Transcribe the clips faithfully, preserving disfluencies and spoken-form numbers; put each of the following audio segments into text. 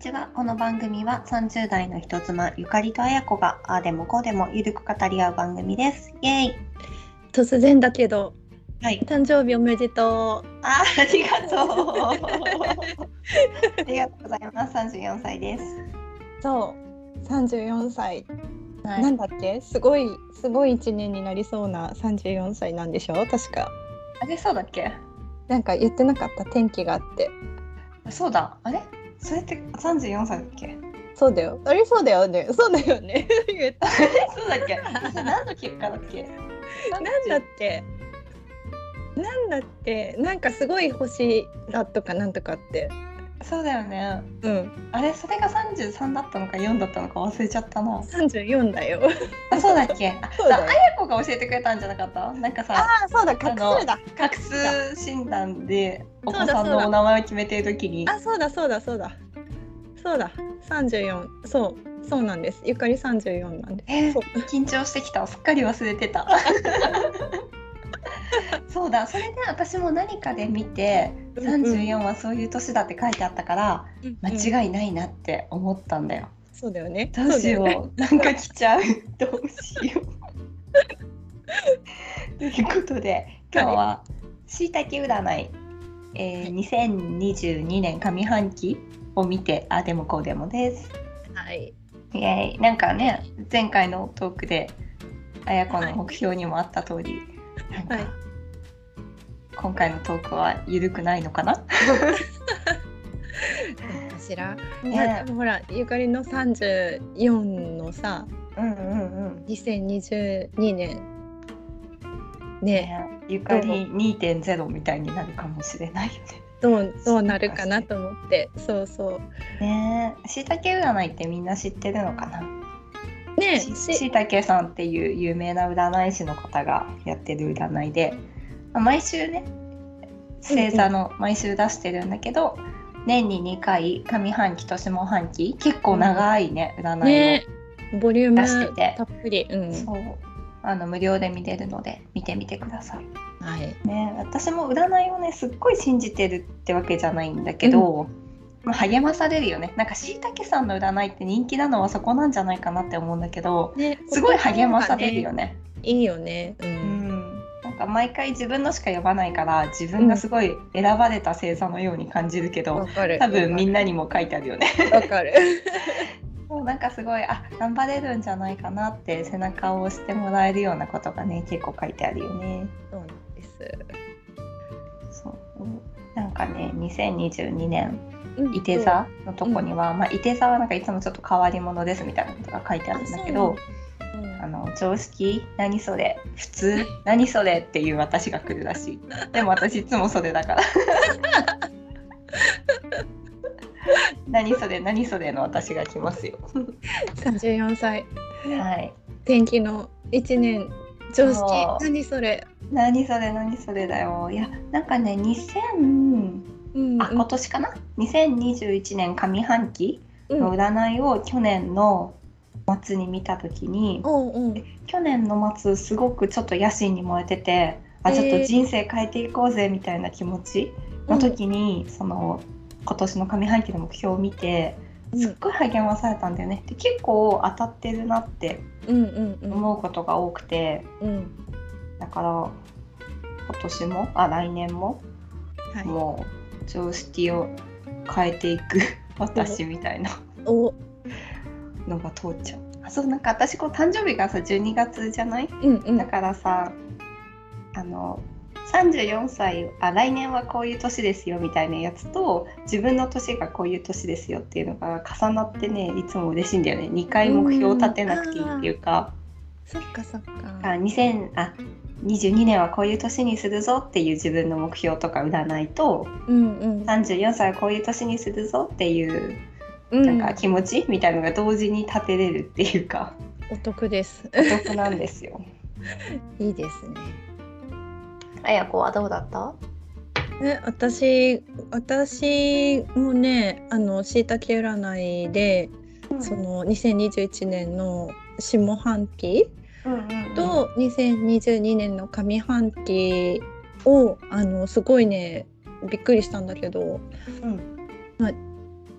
ちは。この番組はさんじゅう代の人妻ゆかりとあやこがああでもこうでもゆるく語り合う番組です。イエイ。 突然だけど、 はい、 誕生日おめでとう。 あありがとうありがとうございます。さんじゅうよんさいです。 そうさんじゅうよんさい、 はい、 なんだっけ、すごいすごいいちねんになりそうなさんじゅうよんさいなんでしょ、確か。 あれそうだっけ。 なんか言ってなかった、天気があって。 そうだ、あれそれってさんじゅうよんさいだっけ。 そうだよ、あれそうだよね、そうだよね言ったそうだっけ何の結果だっけ。 なんだっけなんだっけなんかすごい星だとかなんとかって。 そうだよね。 うんあれそれがさんじゅうさんだったのかよんだったのか忘れちゃったな。 さんじゅうよんだよあ、そうだっけ。あ、 そうだよ。 あやこが教えてくれたんじゃなかった。なんかさ、 ああそうだ、画数だ、 画数診断でお子そうださんのお名前を決めているときに、 あ、そうだそうだそうだそうだ、さんじゅうよん、そうそうなんです。ゆかりさんじゅうよんなんです。 えーそう緊張してきた。すっかり忘れてたそうだ、それで私も何かで見てさんじゅうよんはそういう年だって書いてあったから、 うんうん、 間違いないなって思ったんだよ。 そうだよね。 どうしよう、 そうだよね。 なんか来ちゃうどうしようということで今日はしいたけ占い、えー、にせんにじゅうにねん上半期を見てあでもこうでもです。 はい。 イエーイ。なんかね、前回のトークであやこの目標にもあった通り、はい、なんか、はい、今回のトークは緩くないのかなかしら、ね、いやほらゆかりのさんじゅうよんのさ、 うんうんうん、 にせんにじゅうにねんね、 ね、ゆかり にてんゼロ みたいになるかもしれないよね。 どうどうなるかなと思って。そうそうね。しいたけ占いってみんな知ってるのかなね。 しいたけさんっていう有名な占い師の方がやってる占いで、まあ、毎週ね星座の毎週出してるんだけど、うんうん、年ににかい上半期と下半期結構長いね、うん、占いをボリューム出しててたっぷり、うん、 そうあの無料で見れるので見てみてください。 はいね、私も占いをねすっごい信じてるってわけじゃないんだけど、うんまあ、励まされるよね。なんかしいたけさんの占いって人気なのはそこなんじゃないかなって思うんだけど、ね、すごい励まされるよね。 いいよね、うん、うん 、なんか毎回自分のしか読まないから自分がすごい選ばれた星座のように感じるけど、うん、多分みんなにも書いてあるよね。 わかるもうなんかすごいあ頑張れるんじゃないかなって背中を押してもらえるようなことがね結構書いてあるよね。 そうなんです。 そうなんかねにせんにじゅうにねん、うん、いて座のとこには、うんまあ、いて座はなんかいつもちょっと変わり者ですみたいなことが書いてあるんだけど、あ、うん、あの常識何それ普通何それっていう私が来るらしい。でも私いつもそれだから何それ何それの私が来ますよさんじゅうよんさい、 はい、 天気のいちねん常識何それ何それ何それだよ。いやなんかねにせん、うん、あ今年かなにせんにじゅういちねん上半期の占いを去年の末に見た時に、うんうん、去年の末すごくちょっと野心に燃えててあちょっと人生変えていこうぜみたいな気持ちの時に、うん、その今年の上半期の目標を見てすっごい励まされたんだよね。で結構当たってるなって思うことが多くて、うんうんうん、だから今年もあ来年も、はい、もう常識を変えていく私みたいなのが通っちゃう。あそうなんか私こう誕生日がさじゅうにがつじゃない、うんうん、だからさあのさんじゅうよんさいあ来年はこういう年ですよみたいなやつと自分の年がこういう年ですよっていうのが重なってねいつも嬉しいんだよね。にかい目標を立てなくていいっていうか、 そっかそっかあにせんあにじゅうにねんはこういう年にするぞっていう自分の目標とか占いと、うんうん、さんじゅうよんさいはこういう年にするぞっていうなんか気持ちみたいなのが同時に立てれるっていうか、 お得ですお得なんですよいいですね。 あやこはどうだった？ え私私もねあのしいたけ占いで、うん、そのにせんにじゅういちねんの下半期とにせんにじゅうにねんの上半期をあのすごいねびっくりしたんだけど、うんまあ、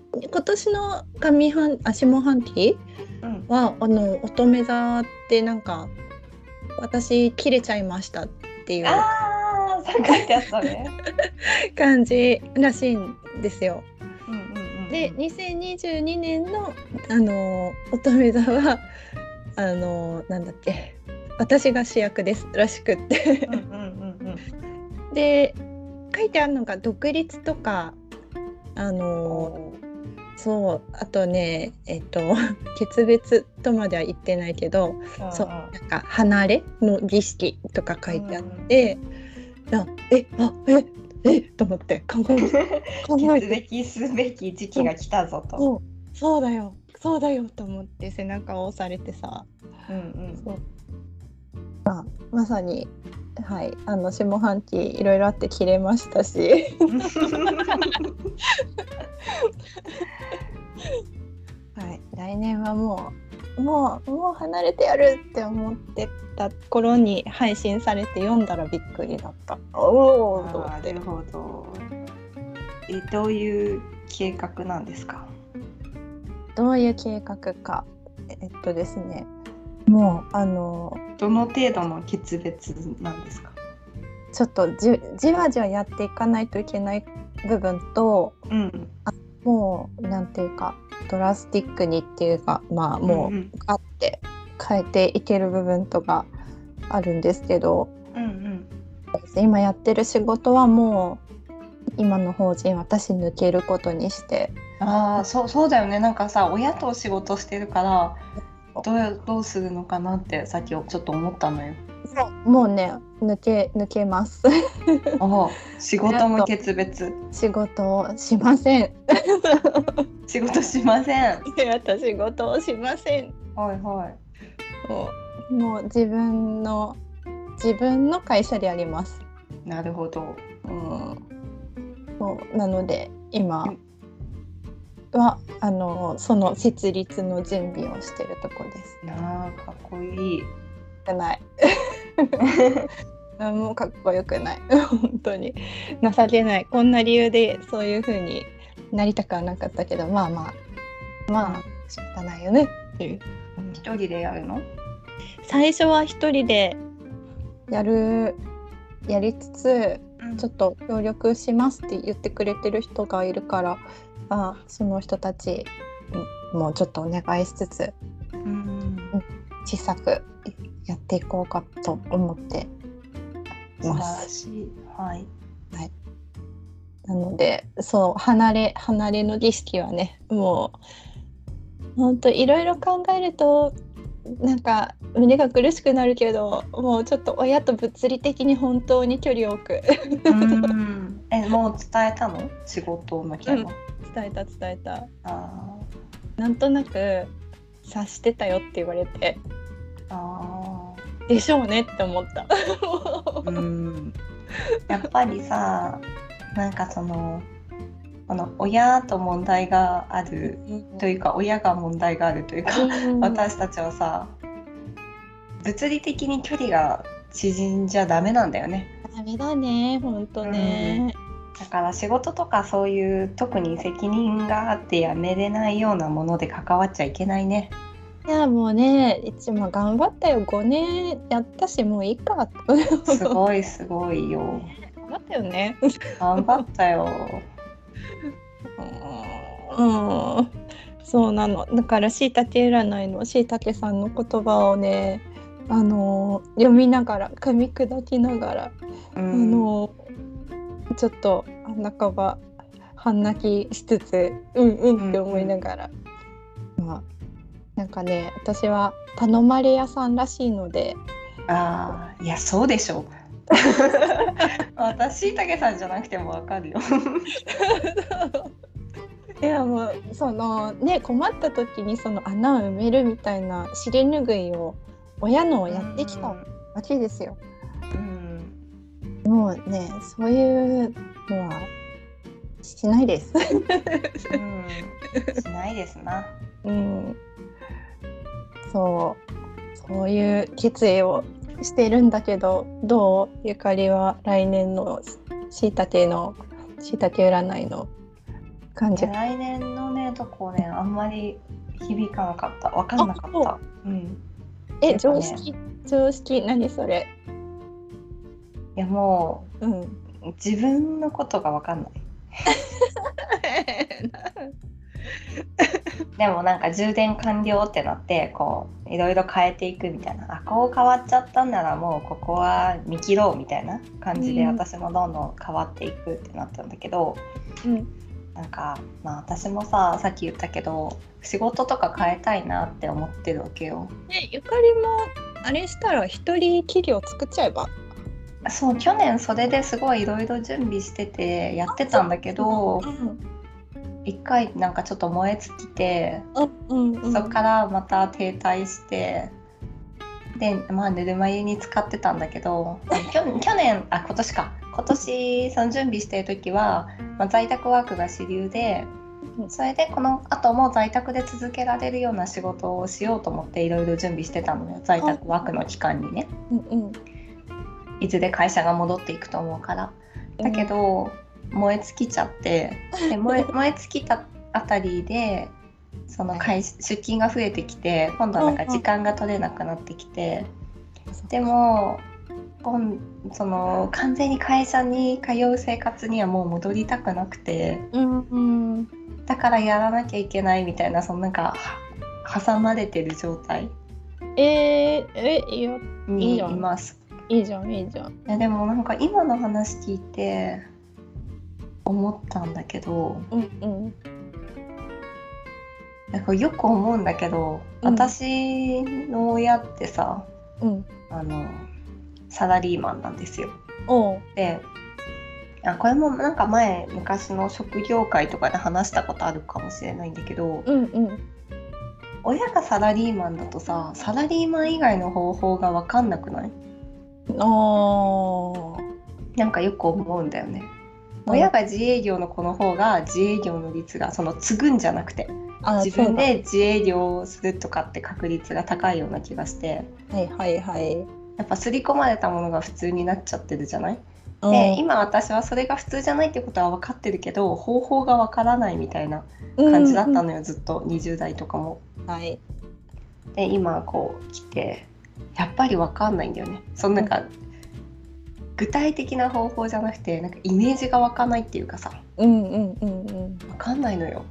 今年の上半あ下半期は、うん、あの乙女座ってなんか私切れちゃいましたっていうあー書いてあったね感じらしいんですよ。うんうんうんうん、でにせんにじゅうにねんのあの乙女座はあのなんだっけ私が主役ですらしくってうんうんうん、うん、で書いてあるのが独立とかあのそうあとねえっと決別とまでは言ってないけど、うんうん、そうなんか離れの儀式とか書いてあって、うん、あえあええと思って考え考えてべきすべき時期が来たぞと。 そうそうだよそうだよと思って背中を押されてさ、うんうん、そうまあ、まさに、はい、あの下半期いろいろあって切れましたしはい、来年はもうもうもう離れてやるって思ってた頃に配信されて読んだらびっくりだった。おーと思って。 なるほど。えどういう計画なんですか？ どういう計画かえっとですねもうあのどの程度の決別なんですか？ ちょっと じ, じわじわやっていかないといけない部分と、うん、あもうなんていうかドラスティックにっていうかまあもうガッて変えていける部分とかあるんですけど、うんうん、今やってる仕事はもう今の法人私抜けることにして。 ああそうそうだよね。なんかさ親と仕事してるからどう、どうするのかなってさっきちょっと思ったのよ。 そうもうね抜け抜けますあ仕事も決別。 仕事しません仕事しません私仕事をしません。 はいはいもう、もう自分の自分の会社でやります。 なるほど、うん、 そうなので今はあのその設立の準備をしているところです。 なあかっこいい。 ないもうかっこよくない本当に情けない。こんな理由でそういう風になりたくはなかったけどまあまあまあ仕方ないよねっていう。 一人でやるの？ 最初は一人でやるやりつつ、うん、ちょっと協力しますって言ってくれてる人がいるからあその人たちもうちょっとお願いしつつ、うん、小さくやっていこうかと思ってます。 素晴らしい、はいはい、なのでそう離れ離れの儀式はねもう本当いろいろ考えるとなんか胸が苦しくなるけどもうちょっと親と物理的に本当に距離を置くうんえもう伝えたの？仕事の件は、 うん、伝えた伝えた。あなんとなく察してたよって言われてあでしょうねって思ったうんやっぱりさなんかそのこの親と問題があるというか親が問題があるというか、うん、私たちはさ物理的に距離が縮んじゃダメなんだよね。 ダメだねほんとね、 うん、だから仕事とかそういう特に責任があってやめれないようなもので関わっちゃいけないね。 いやもうねいつも頑張ったよごねんやったしもういいかすごいすごいよ頑張ったよね頑張ったようん、うん、そうなの。だからしいたけ占いのしいたけさんの言葉をねあの読みながら噛み砕きながら、うん、あのちょっと半ば半泣きしつつうんうんって思いながら、うんうん、まあなんかね私は頼まれ屋さんらしいのであいやそうでしょ私しいたけさんじゃなくてもわかるよいやもうそのね困った時にその穴を埋めるみたいな尻拭いを親のをやってきたわけですよ、うん、もうねそういうのはしないです、うん、 しないですな、 うん、そうそういう決意をしてるんだけどどうゆかりは来年のしいたけのしいたけ占いの感じ。 来年のねめとこね、あんまり響かなかった。わかんなかった。うん。 え、常識、常識、何それ？ いやもう、うん、自分のことがわかんない。でもなんか充電完了ってなってこういろいろ変えていくみたいな、あ、こう変わっちゃったんならもうここは見切ろうみたいな感じで私もどんどん変わっていくってなったんだけど、うん、なんかまあ私もささっき言ったけど仕事とか変えたいなって思ってるわけよ。 ね、ゆかりもあれしたら一人企業作っちゃえば。 そう、去年それですごいいろいろ準備しててやってたんだけど、一回なんかちょっと燃え尽きて、うんうん、そこからまた停滞してで、まあぬるま湯に使ってたんだけど去, 去年あ今年か今年その準備してる時は、まあ、在宅ワークが主流で、それでこの後も在宅で続けられるような仕事をしようと思っていろいろ準備してたのよ、在宅ワークの期間にね、うんうん、いずれ会社が戻っていくと思うから。だけど、うん、燃え尽きちゃってで 燃, え燃え尽きたあたりでその会出勤が増えてきて今度はなんか時間が取れなくなってきて、でも今その完全に会社に通う生活にはもう戻りたくなくて、うんうん、だからやらなきゃいけないみたいな、そのなんか挟まれてる状態えー、えいやにいます。 いいじゃんいいじゃん。いやでもなんか今の話聞いて思ったんだけど、うんうん、なんかよく思うんだけど、うん、私の親ってさ、うん、あのサラリーマンなんですよ。で、あこれもなんか前昔の職業会とかで話したことあるかもしれないんだけど、うんうん、親がサラリーマンだとさ、サラリーマン以外の方法が分かんなくない？あなんかよく思うんだよね。親が自営業の子の方が自営業の率がその継ぐんじゃなくて自分で自営業をするとかって確率が高いような気がして、はいはいはい、やっぱ刷り込まれたものが普通になっちゃってるじゃない。で今私はそれが普通じゃないってことは分かってるけど方法が分からないみたいな感じだったのよ、うんうん、ずっとにじゅう代とかも、はい、で今こう来てやっぱり分かんないんだよね。そのなんか、うん、具体的な方法じゃなくてなんかイメージが湧かないっていうかさ、うんうんうんうん、分かんないのよ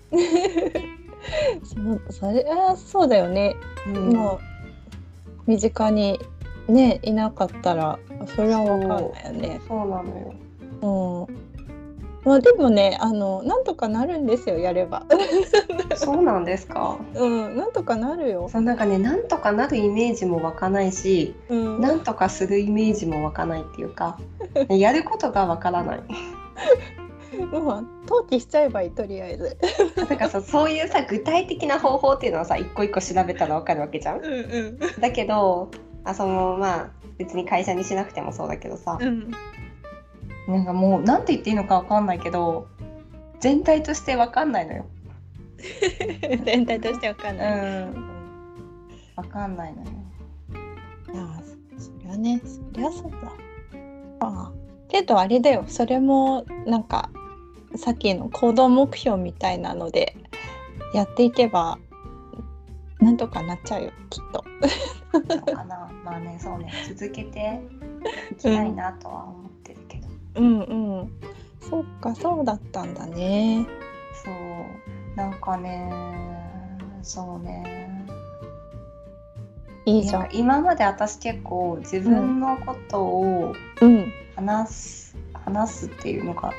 そ, それはそうだよね、うん、もう身近にねいなかったらそれは分かんないよね。 そう、そうなのよ、 うん、まあでもねあのなんとかなるんですよやればそうなんですか。 うんなんとかなるよ。 そうなんかねなんとかなるイメージも湧かないし、うん、なんとかするイメージも湧かないっていうかやることが湧からないもう登記しちゃえばいいとりあえずなんかさそういうさ具体的な方法っていうのはさ一個一個調べたら分かるわけじゃん、うんうん、だけどあそのまあ別に会社にしなくてもそうだけどさ、うん、なんかもうなんて言っていいのか分かんないけど全体として分かんないのよ全体として分かんない、うん、 分かんないのよ。 いやそりゃねそりゃそうだ。あけどあれだよそれもなんかさっきの行動目標みたいなのでやっていけばなんとかなっちゃうよきっとそうかな。まあねそうね続けていきたいなとは思ってるけど、 うん、うんうんそっかそうだったんだね。 そうなんかねそうねいいじゃん。 今まで私結構自分のことを話す、うん、話すっていうのが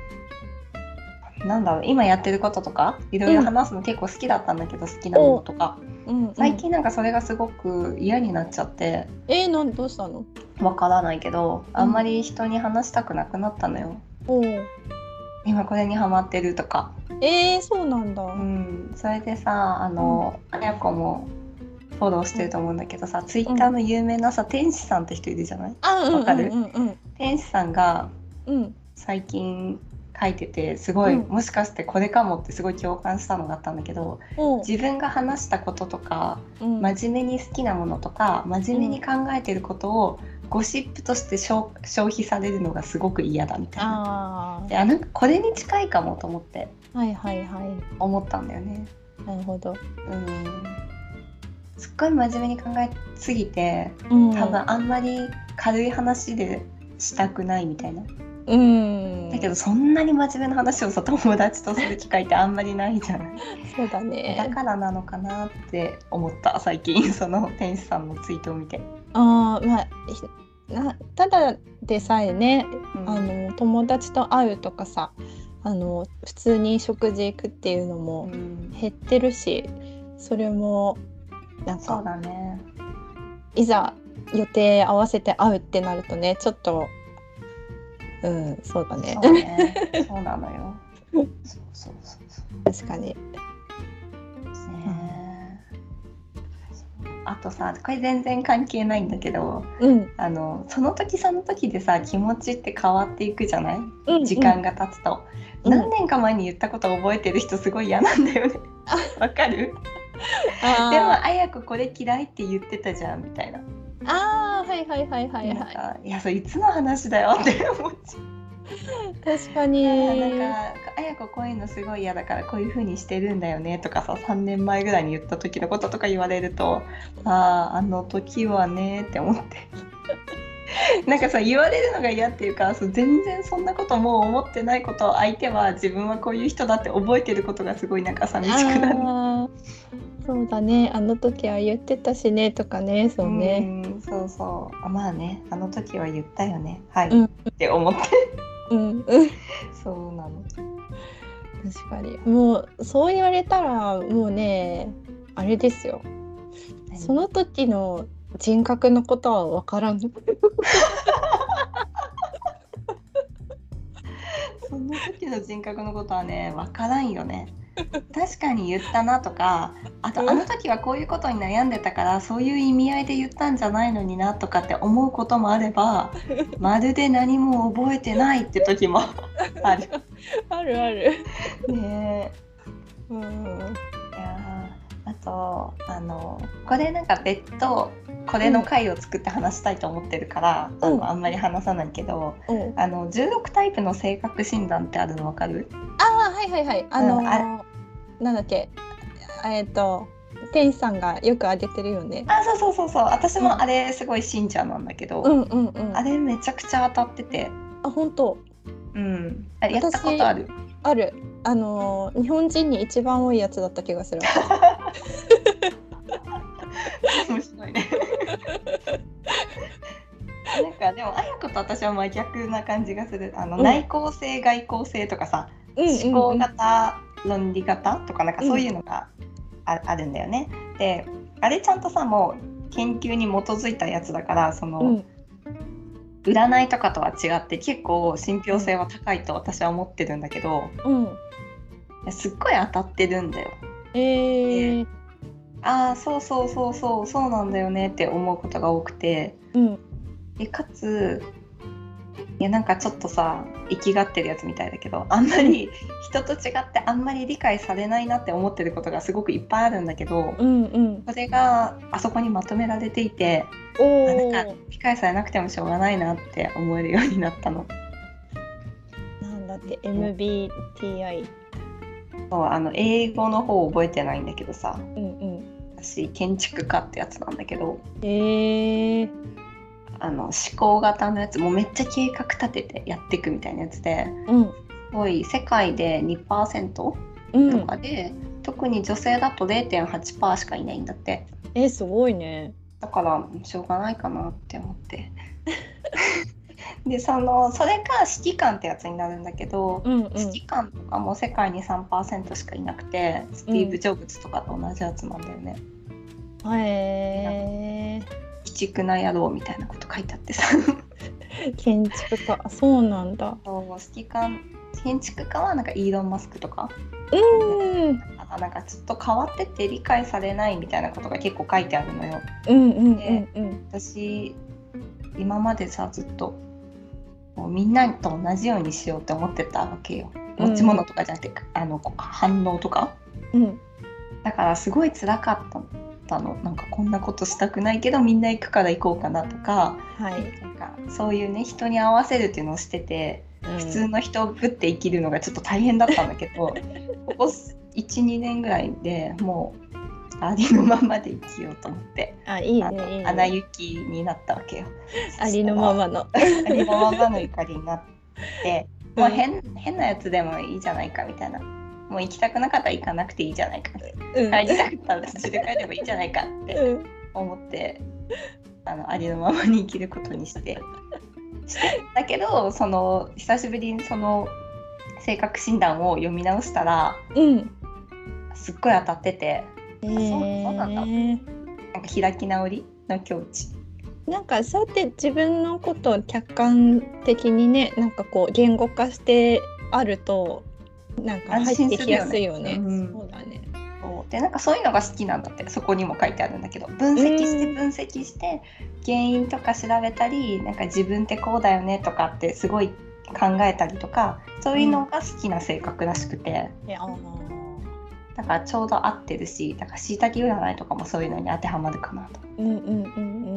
なんだろう今やってることとかいろいろ話すの結構好きだったんだけど、うん、好きなものとか、うんうん、最近なんかそれがすごく嫌になっちゃってえー、なんどうしたの？ わからないけどあんまり人に話したくなくなったのよ、うん、今これにハマってるとか。 えー、そうなんだ、うん、それでさあの、うん、あやこもフォローしてると思うんだけどさ、うん、ツイッターの有名なさ天使さんって人いるじゃない？わかる？うんうんうんうん、天使さんが最近書いててすごい、うん、もしかしてこれかもってすごい共感したのがあったんだけど、うん、自分が話したこととか、うん、真面目に好きなものとか真面目に考えてることをゴシップとして消費されるのがすごく嫌だみたいな。 あいやなんかこれに近いかもと思ってはいはいはい思ったんだよね。 なるほど。 うんすっごい真面目に考えすぎて、 うん、 多分あんまり軽い話でしたくないみたいな。 うん、 だけどそんなに真面目な話をさ友達とする機会ってあんまりないじゃない。 そうだね。 だからなのかなって思った最近その天使さんのツイートを見て。 あまあなただでさえね、うん、あの友達と会うとかさあの普通に食事行くっていうのも減ってるし、うん、それもなんかそうだね。 いざ予定合わせて会うってなるとねちょっとうんそうだね。 そうねそうなのよ。そうそうそうそう確かに。ね、 あとさこれ全然関係ないんだけど、 うん、 あのその時その時でさ気持ちって変わっていくじゃない、 うんうん、 時間が経つと、うん、何年か前に言ったことを覚えてる人すごい嫌なんだよね。わかる？あでもあやここれ嫌いって言ってたじゃんみたいな。 あーはいはいはいはいはい。いやそれいつの話だよって思っちゃう。 確かになんかあやここういうのすごい嫌だからこういう風にしてるんだよねとかささんねんまえぐらいに言った時のこととか言われるとあああの時はねって思ってなんかさ言われるのが嫌っていうかそう全然そんなこともう思ってないことを相手は自分はこういう人だって覚えてることがすごいなんか寂しくなる。 あそうだねあの時は言ってたしねとかねそうねうんそうそうあまあねあの時は言ったよねはい、うん、って思ってうんそうなの。 確かにもうそう言われたらもうねあれですよその時の人格のことは分からんその時の人格のことはね分からんよね。確かに言ったなとかあとあの時はこういうことに悩んでたからそういう意味合いで言ったんじゃないのになとかって思うこともあればまるで何も覚えてないって時もあるあるあるねえ、うん、いやあとあのこれなんか別途これの回を作って話したいと思ってるから、うん、あのあんまり話さないけど、うん、あのじゅうろくタイプの性格診断ってあるの分かる？ ああはいはいはいあのーうん、あなんだっけえっと天使さんがよくあげてるよね。 あそうそうそうそう私もあれすごい信者なんだけど、 うんうんうん、 あれめちゃくちゃ当たってて。 あ本当？ うんあれやったことある？ あるあのー、日本人に一番多いやつだった気がする面白いねなんかでもあやこと私は真逆な感じがするあの、うん、内向性外向性とかさ、うんうんうん、思考型論理型とかなんかそういうのが あ,、うん、あるんだよね。であれちゃんとさもう研究に基づいたやつだからその、うん、占いとかとは違って結構信憑性は高いと私は思ってるんだけど、うん、いやすっごい当たってるんだよ。 えー、 ああそうそうそうそうそうなんだよねって思うことが多くて、うん、でかついやなんかちょっとさ生きがってるやつみたいだけどあんまり人と違ってあんまり理解されないなって思ってることがすごくいっぱいあるんだけど、うんうん、それがあそこにまとめられていておあなんか理解されなくてもしょうがないなって思えるようになったの。 なんだって エムビーティーアイそうあの英語の方覚えてないんだけどさ、 うんうん、 私建築家ってやつなんだけどへーあの思考型のやつもうめっちゃ計画立ててやっていくみたいなやつで、うん、すごい世界で にパーセント とかで、うん、特に女性だと れいてんはちパーセント しかいないんだって。 えすごいね。 だからしょうがないかなって思ってでそのそれか指揮官ってやつになるんだけど、うんうん、指揮官とかも世界に さんパーセント しかいなくてスティーブ・ジョブズとかと同じやつなんだよね。 へ、うん、ー鬼畜な野郎みたいなこと書いてあってさ建築家そうなんだ。 そう指揮官建築家はなんかイーロン・マスクとかうんなんかちょっと変わってて理解されないみたいなことが結構書いてあるのよ。 うんうんうんうん、 で私今までさずっともうみんなと同じようにしようって思ってたわけよ。持ち物とかじゃなくて、うん、あの反応とか、うん、だからすごい辛かったの。 たの。なんかこんなことしたくないけどみんな行くから行こうかなとか、 はい、 なんかそういうね人に合わせるっていうのをしてて、うん、普通の人ぶって生きるのがちょっと大変だったんだけどここ いちにねんぐらいでもうありのままで生きようと思って、 あ、いいね、いいね、 アナ雪になったわけよ。 ありのままのありのままのゆかりになってもう 変, 変なやつでもいいじゃないかみたいな、もう行きたくなかったら行かなくていいじゃないか、うん、帰りたかったら途中で帰ればいいじゃないかって思って、うん、あのありのままに生きることにしてしてだけど、その久しぶりにその性格診断を読み直したら、うん、すっごい当たってて、えー、そうそうなんだ、なんか開き直りの境地。 なんかそうやって自分のことを客観的にね、なんかこう言語化してあるとなんか入ってきやすいよね。うん、そうだね。 そうで、なんかそういうのが好きなんだって。そこにも書いてあるんだけど、分析して分析して原因とか調べたり、なんか自分ってこうだよねとかってすごい考えたりとか、そういうのが好きな性格らしくて、うん、いや、だからちょうど合ってるし、だからしいたけ占いとかもそういうのに当てはまるかなと。 うんうんうんうん。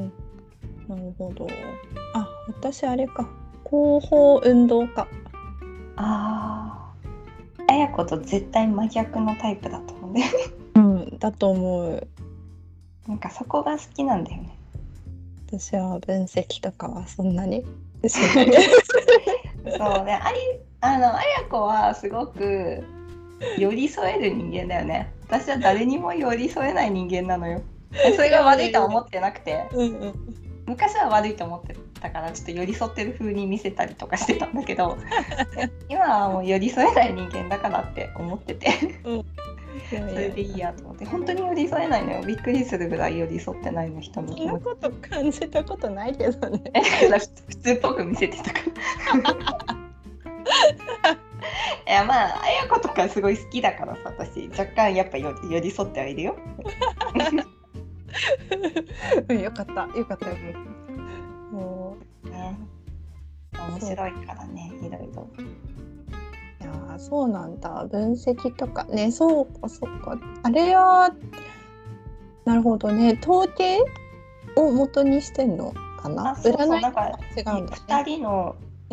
なるほど。あ、私あれか。広報運動家。 ああ。あやこと絶対真逆のタイプだと思うんだよね。 うん、だと思う。 なんかそこが好きなんだよね。 私は分析とかはそんなに。 そうね。あり、あのあやこはすごく寄り添える人間だよね。私は誰にも寄り添えない人間なのよ。それが悪いとは思ってなくて、うんうん、昔は悪いと思ってたからちょっと寄り添ってる風に見せたりとかしてたんだけど今はもう寄り添えない人間だからって思ってて、うん、それでいいやと思って。本当に寄り添えないのよ。びっくりするぐらい寄り添ってないの、人の気持ち。 そんなこと感じたことないけどね。 普通っぽく見せてたからいや、まああやことかすごい好きだからさ、私若干やっぱ寄り添ってはいるようん、よかったよかったよ。もうね、面白いからね、いろいろ。 いや、そうなんだ。分析とかね、そうかそうか。あれはなるほどね。統計を元にしてんのかな。 あ、そうそう、 占いなんか違うんだね。 ふたりの、うん、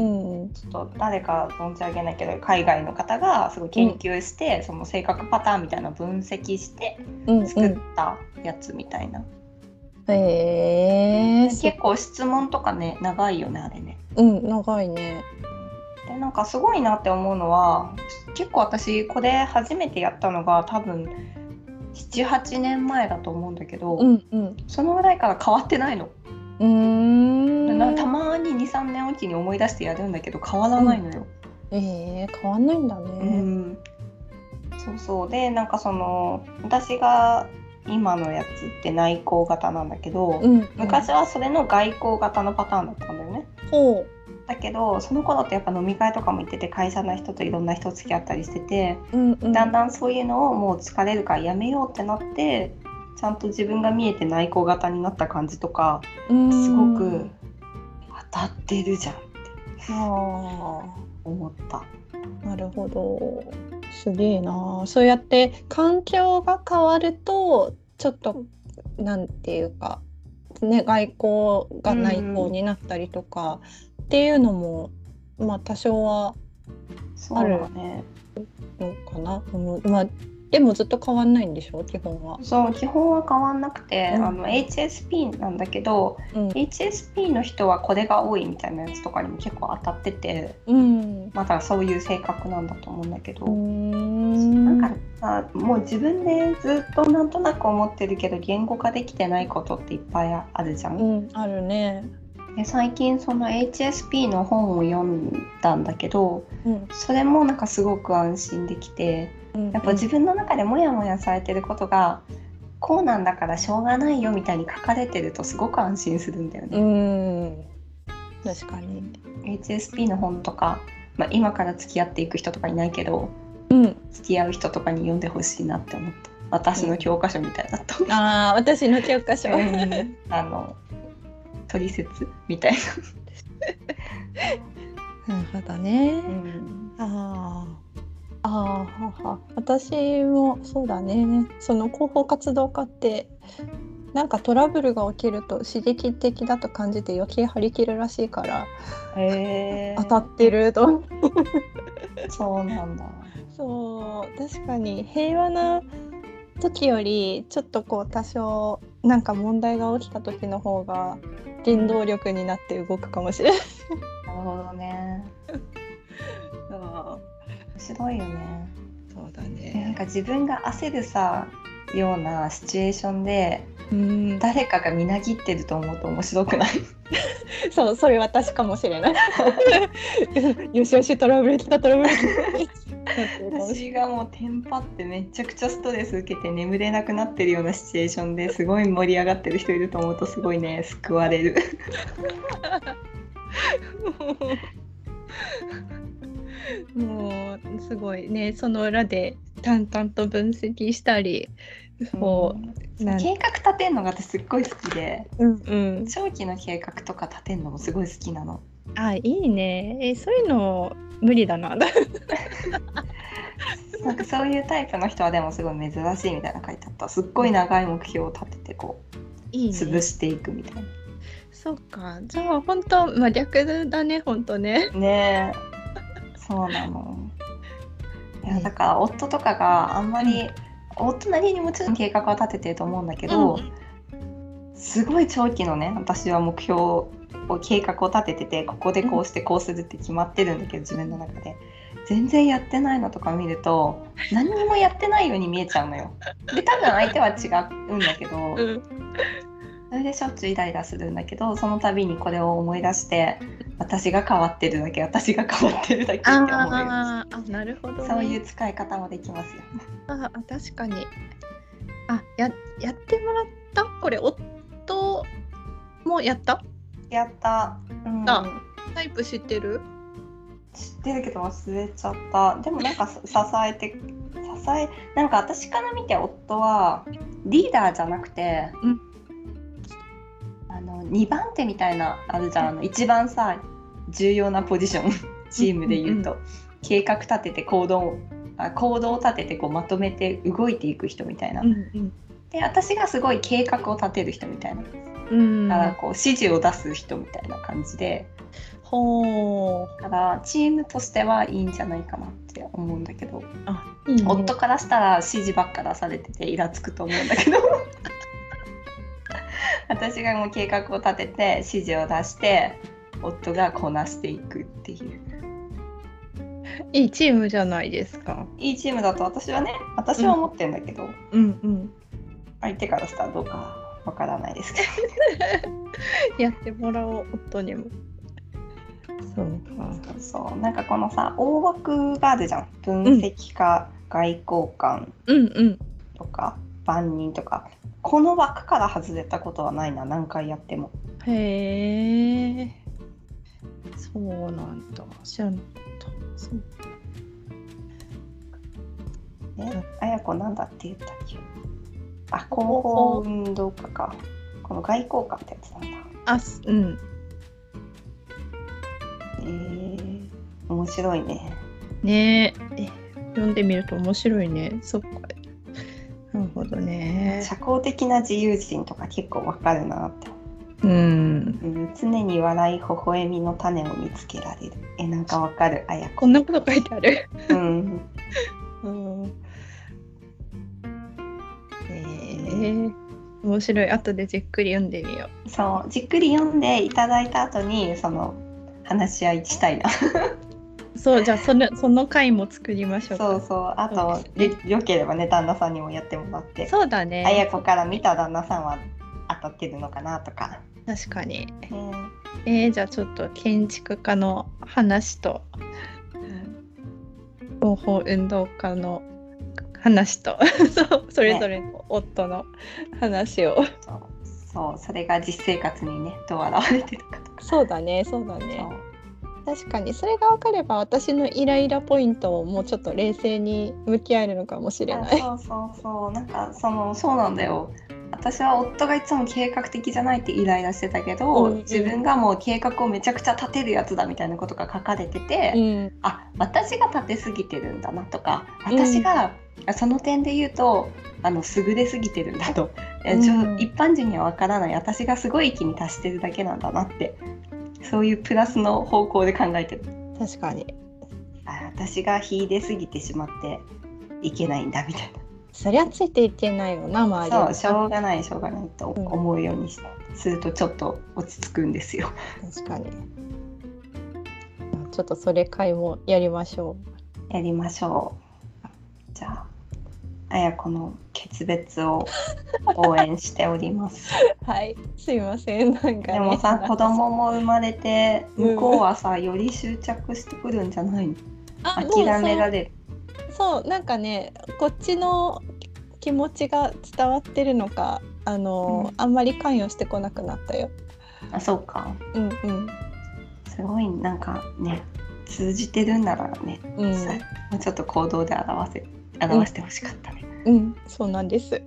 ちょっと誰か存じ上げないけど海外の方がすごい研究して、うん、その性格パターンみたいなのを分析して作ったやつみたいな。うんうん、 へー、 結構質問とかね長いよね、あれね。 うん、長いね。 で、なんかすごいなって思うのは、結構私これ初めてやったのが多分ななはちねんまえだと思うんだけど、うんうん、そのぐらいから変わってないの。うーん、なたまに にさんねんおきに思い出してやるんだけど変わらないのよ。 うん、えー、変わんないんだね。うん、 そうそう。で、なんかその私が今のやつって内向型なんだけど、うんうん、昔はそれの外向型のパターンだったんだよね。ほう。だけどその頃ってやっぱ飲み会とかも行ってて、会社の人といろんな人付き合ったりしてて、うんうん、だんだんそういうのをもう疲れるからやめようってなって、ちゃんと自分が見えて内向型になった感じとか、すごく当たってるじゃんって思った。 なるほど、すげえな。そうやって環境が変わるとちょっとなんていうかね、外交が内向になったりとかっていうのも、うん、まあ多少はあるのかな。うん、まあでもずっと変わんないんでしょ、基本は。 そう、基本は変わんなくて、うん、あの エイチエスピー なんだけど、うん、エイチエスピー の人はこれが多いみたいなやつとかにも結構当たってて、うん、またそういう性格なんだと思うんだけど、うん、なんかさ、もう自分でずっとなんとなく思ってるけど言語化できてないことっていっぱいあるじゃん。 うん、あるね。 で、最近その エイチエスピー の本を読んだんだけど、うん、それもなんかすごく安心できて、やっぱ自分の中でモヤモヤされてることがこうなんだからしょうがないよみたいに書かれてるとすごく安心するんだよね。うん、 確かにエイチエスピー の本とか、まあ、今から付き合っていく人とかいないけど、うん、付き合う人とかに読んでほしいなって思った。私の教科書みたいだった、うん、 ああ、私の教科書あの取説みたいななるほどね、うん、あああはは私もそうだね。その広報活動家ってなんかトラブルが起きると刺激的だと感じて余計張り切るらしいから、 へ当たってると。 そうなんだ。 そう確かに平和な時よりちょっとこう多少なんか問題が起きた時の方が原動力になって動くかもしれない。 なるほどね。 そう面白いよね。 そうだなんね。 か自分が焦るさようなシチュエーションでうん誰かがみなぎってると思うと面白くない？ そうそれ私かもしれない。よしよしトラブル来たトラブル来た。 私がもうテンパってめちゃくちゃストレス受けて眠れなくなってるようなシチュエーションですごい盛り上がってる人いると思うとすごいね救われる。 もうすごいねその裏で淡々と分析したりこう、 うん、計画立てるのが私すっごい好きで、 うんうん、 長期の計画とか立てるのもすごい好きなの。 あいいねえそういうの無理だな。 なんかそういうタイプの人はでもすごい珍しいみたいな書いてあった。すっごい長い目標を立ててこういい、ね、潰していくみたいな。 そうかじゃあ本当真逆だね本当ね。 ねえそうなの。いやだから夫とかがあんまり、うん、夫なりにもちろん計画は立ててると思うんだけど、うん、すごい長期のね私は目標を計画を立てててここでこうしてこうするって決まってるんだけど自分の中で全然やってないのとか見ると何にもやってないように見えちゃうのよ。で多分相手は違うんだけど、うん、それでしょっちゅうイライラするんだけどその度にこれを思い出して私が変わってるだけ私が変わってるだけって思うよ。 ああなるほど、ね、 そういう使い方もできますよ。 あ確かにあ や, やってもらったこれ夫もやったやった、うん、 あタイプ知ってる知ってるけど忘れちゃった。でもなんか支えて支えなんか私から見て夫はリーダーじゃなくて、うん、あのにばん手みたいなあるじゃん、うん、一番さ重要なポジションチームでいうと、うんうん、計画立てて行動あ行動を立ててこうまとめて動いていく人みたいな、うんうん、で私がすごい計画を立てる人みたいな、うん、だからこう指示を出す人みたいな感じでほうだからチームとしてはいいんじゃないかなって思うんだけどあいい、ね、 夫からしたら指示ばっか出されててイラつくと思うんだけど私がもう計画を立てて指示を出して夫がこなしていくっていういいチームじゃないですか。 いいチームだと私はね私は思ってるんだけど、 うんうんうん、 相手からしたらどうかわからないですけどやってもらおう夫にも。そうかそうそうなんかこのさ大枠があるじゃん分析家、うん、外交官とか、うんうん、万人とかこの枠から外れたことはないな何回やっても。 へえそうなんだ知らなかったそうえあやこなんだって言ったっけあ広報運動家かこの外交官ってやつなんだあうんえー、面白いね。 ねえ、読んでみると面白いね。そっか。なるほどね。 社交的な自由人とか結構わかるなって。 うん、うん 。常に笑い微笑みの種を見つけられる。え、なんかわかる。あやこ。 こんなこと書いてある。 うん。うん、 えー、面白い。後でじっくり読んでみよう。そう、じっくり読んでいただいた後にその。話し合いしたいなそうじゃあそのその回も作りましょうか。 そうそうあとで、ね、よければね旦那さんにもやってもらってそうだねあやこから見た旦那さんは当たってるのかなとか確かに、えーえー、じゃあちょっと建築家の話と、うん、広報運動家の話とそうそれぞれの夫の話を、ね、 そうそうそれが実生活にねどう現れてるかとかそうだねそうだね確かにそれが分かれば私のイライラポイントをもうちょっと冷静に向き合えるのかもしれない。 そうそうそうなんかそのそうなんだよ私は夫がいつも計画的じゃないってイライラしてたけど、うんうん、自分がもう計画をめちゃくちゃ立てるやつだみたいなことが書かれてて、うん、あ、私が立てすぎてるんだなとか、私が、うん、その点で言うとあの優れすぎてるんだと、うん、一般人にはわからない私がすごい域に達してるだけなんだなって、そういうプラスの方向で考えてる。 確かに、 あ、私が秀ですぎてしまっていけないんだみたいな。 そりゃついていけないよな、周りは。 そう、しょうがないしょうがないと思うようにするとちょっと落ち着くんですよ。 確かに。ちょっとそれ回もやりましょう。やりましょう。じゃあ、あやこの決別を応援しております。 はい、すいません。なんか、ね、 でもさ、子供も生まれて向こうはさ、うん、より執着してくるんじゃないの？諦められる。 そう、なんかね、こっちの気持ちが伝わってるのか、あの、うん、あんまり関与してこなくなったよ。 あ、そうか。 うんうん。 すごいなんかね、通じてるんならね、うん、もうちょっと行動で表せ表してほしかったね。 うん、うん、そうなんです。うん、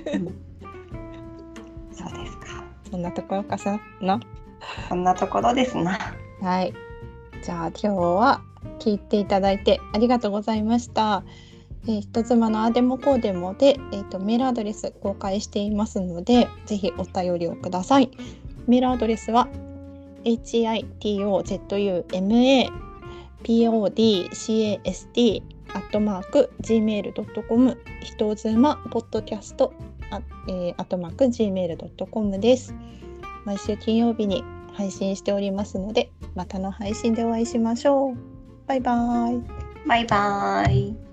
そうですか。 そんなところかさな。 そんなところですな。 はい。じゃあ今日は聞いていただいてありがとうございました。えー、人妻のあでもこうでもで、えーと、メールアドレス公開していますので、ぜひお便りをください。メールアドレスは エイチアイティーオーゼットユーエムエーピーオーディーシーエーエスティー アットマーク ジーメールドットコム 人妻ポッドキャストアットマーク ジーメールドットコム です。毎週金曜日に配信しておりますので、またの配信でお会いしましょう。バイバイ。 バイバイ。